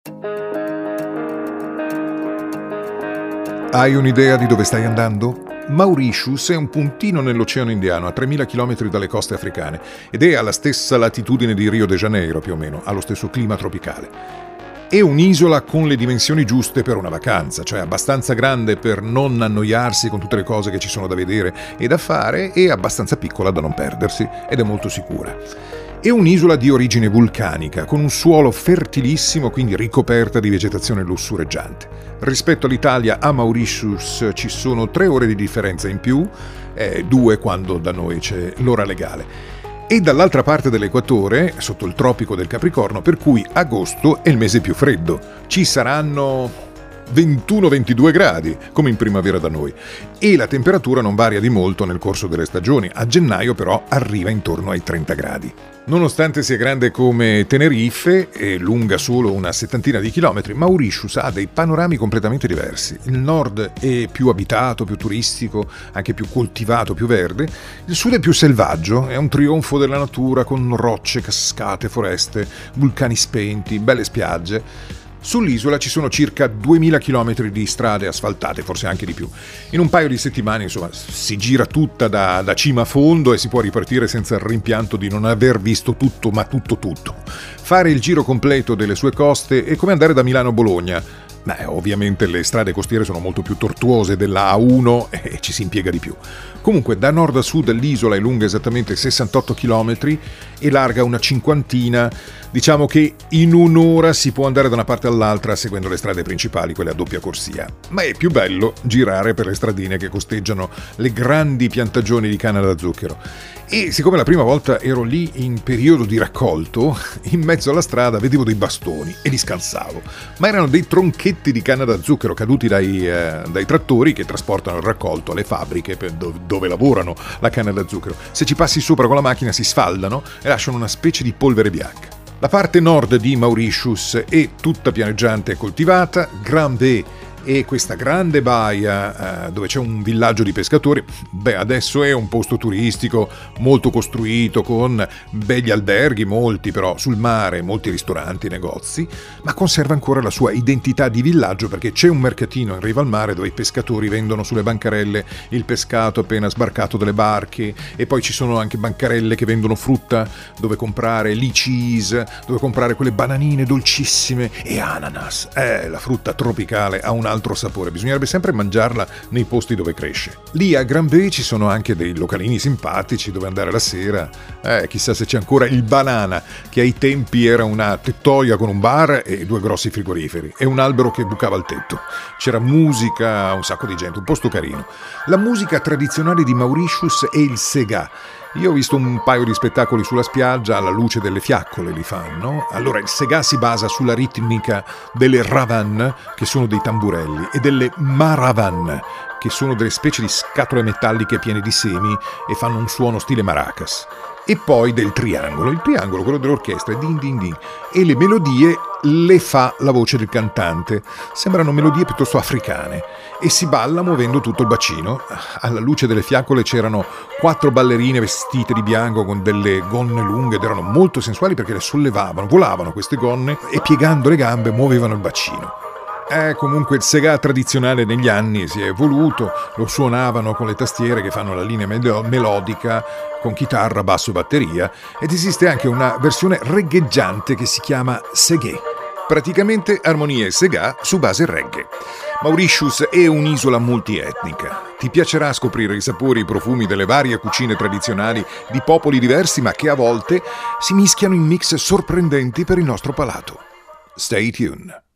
Hai un'idea di dove stai andando? Mauritius è un puntino nell'Oceano Indiano, a 3.000 km dalle coste africane, ed è alla stessa latitudine di Rio de Janeiro, più o meno, ha lo stesso clima tropicale. È un'isola con le dimensioni giuste per una vacanza, cioè abbastanza grande per non annoiarsi con tutte le cose che ci sono da vedere e da fare, e abbastanza piccola da non perdersi, ed è molto sicura. È un'isola di origine vulcanica, con un suolo fertilissimo, quindi ricoperta di vegetazione lussureggiante. Rispetto all'Italia, a Mauritius ci sono 3 ore di differenza in più, 2 quando da noi c'è l'ora legale. E dall'altra parte dell'equatore, sotto il tropico del Capricorno, per cui agosto è il mese più freddo. Ci saranno 21-22 gradi, come in primavera da noi, e la temperatura non varia di molto nel corso delle stagioni. A gennaio però arriva intorno ai 30 gradi. Nonostante sia grande come Tenerife e lunga solo una settantina di chilometri, Mauritius ha dei panorami completamente diversi. Il nord è più abitato, più turistico, anche più coltivato, più verde. Il sud è più selvaggio, è un trionfo della natura con rocce, cascate, foreste, vulcani spenti, belle spiagge. Sull'isola ci sono circa 2000 km di strade asfaltate, forse anche di più. In un paio di settimane, insomma, si gira tutta da cima a fondo e si può ripartire senza il rimpianto di non aver visto tutto, ma tutto. Fare il giro completo delle sue coste è come andare da Milano a Bologna. Ovviamente le strade costiere sono molto più tortuose della A1 e ci si impiega di più. Comunque, da nord a sud l'isola è lunga esattamente 68 km e larga una cinquantina. Diciamo che in un'ora si può andare da una parte all'altra seguendo le strade principali, quelle a doppia corsia. Ma è più bello girare per le stradine che costeggiano le grandi piantagioni di canna da zucchero. E siccome la prima volta ero lì in periodo di raccolto, in mezzo alla strada vedevo dei bastoni e li scalzavo. Ma erano dei tronchetti di canna da zucchero caduti dai trattori che trasportano il raccolto alle fabbriche dove lavorano la canna da zucchero. Se ci passi sopra con la macchina si sfaldano e lasciano una specie di polvere bianca. La parte nord di Mauritius è tutta pianeggiante e coltivata. Grand-Bay e questa grande baia dove c'è un villaggio di pescatori, adesso è un posto turistico molto costruito con begli alberghi, molti però sul mare, molti ristoranti, negozi, ma conserva ancora la sua identità di villaggio perché c'è un mercatino in riva al mare dove i pescatori vendono sulle bancarelle il pescato appena sbarcato dalle barche, e poi ci sono anche bancarelle che vendono frutta dove comprare licis, dove comprare quelle bananine dolcissime e ananas. La frutta tropicale ha un altro sapore, bisognerebbe sempre mangiarla nei posti dove cresce. Lì a Grand-Bay ci sono anche dei localini simpatici dove andare la sera, chissà se c'è ancora il Banana, che ai tempi era una tettoia con un bar e 2 grossi frigoriferi e un albero che bucava al tetto. C'era musica, un sacco di gente, un posto carino. La musica tradizionale di Mauritius è il Sega. Io ho visto un paio di spettacoli sulla spiaggia, alla luce delle fiaccole li fanno. Allora il Sega si basa sulla ritmica delle ravan, che sono dei tamburelli, e delle maravan, che sono delle specie di scatole metalliche piene di semi e fanno un suono stile maracas. E poi del triangolo, il triangolo, quello dell'orchestra, è din din din, e le melodie le fa la voce del cantante. Sembrano melodie piuttosto africane e si balla muovendo tutto il bacino. Alla luce delle fiaccole c'erano 4 ballerine vestite di bianco con delle gonne lunghe ed erano molto sensuali perché le sollevavano, volavano queste gonne e piegando le gambe muovevano il bacino. Comunque il Sega tradizionale negli anni si è evoluto, lo suonavano con le tastiere che fanno la linea melodica con chitarra, basso e batteria, ed esiste anche una versione regheggiante che si chiama Segè. Praticamente armonie Sega su base reggae. Mauritius è un'isola multietnica. Ti piacerà scoprire i sapori e i profumi delle varie cucine tradizionali di popoli diversi, ma che a volte si mischiano in mix sorprendenti per il nostro palato. Stay tuned.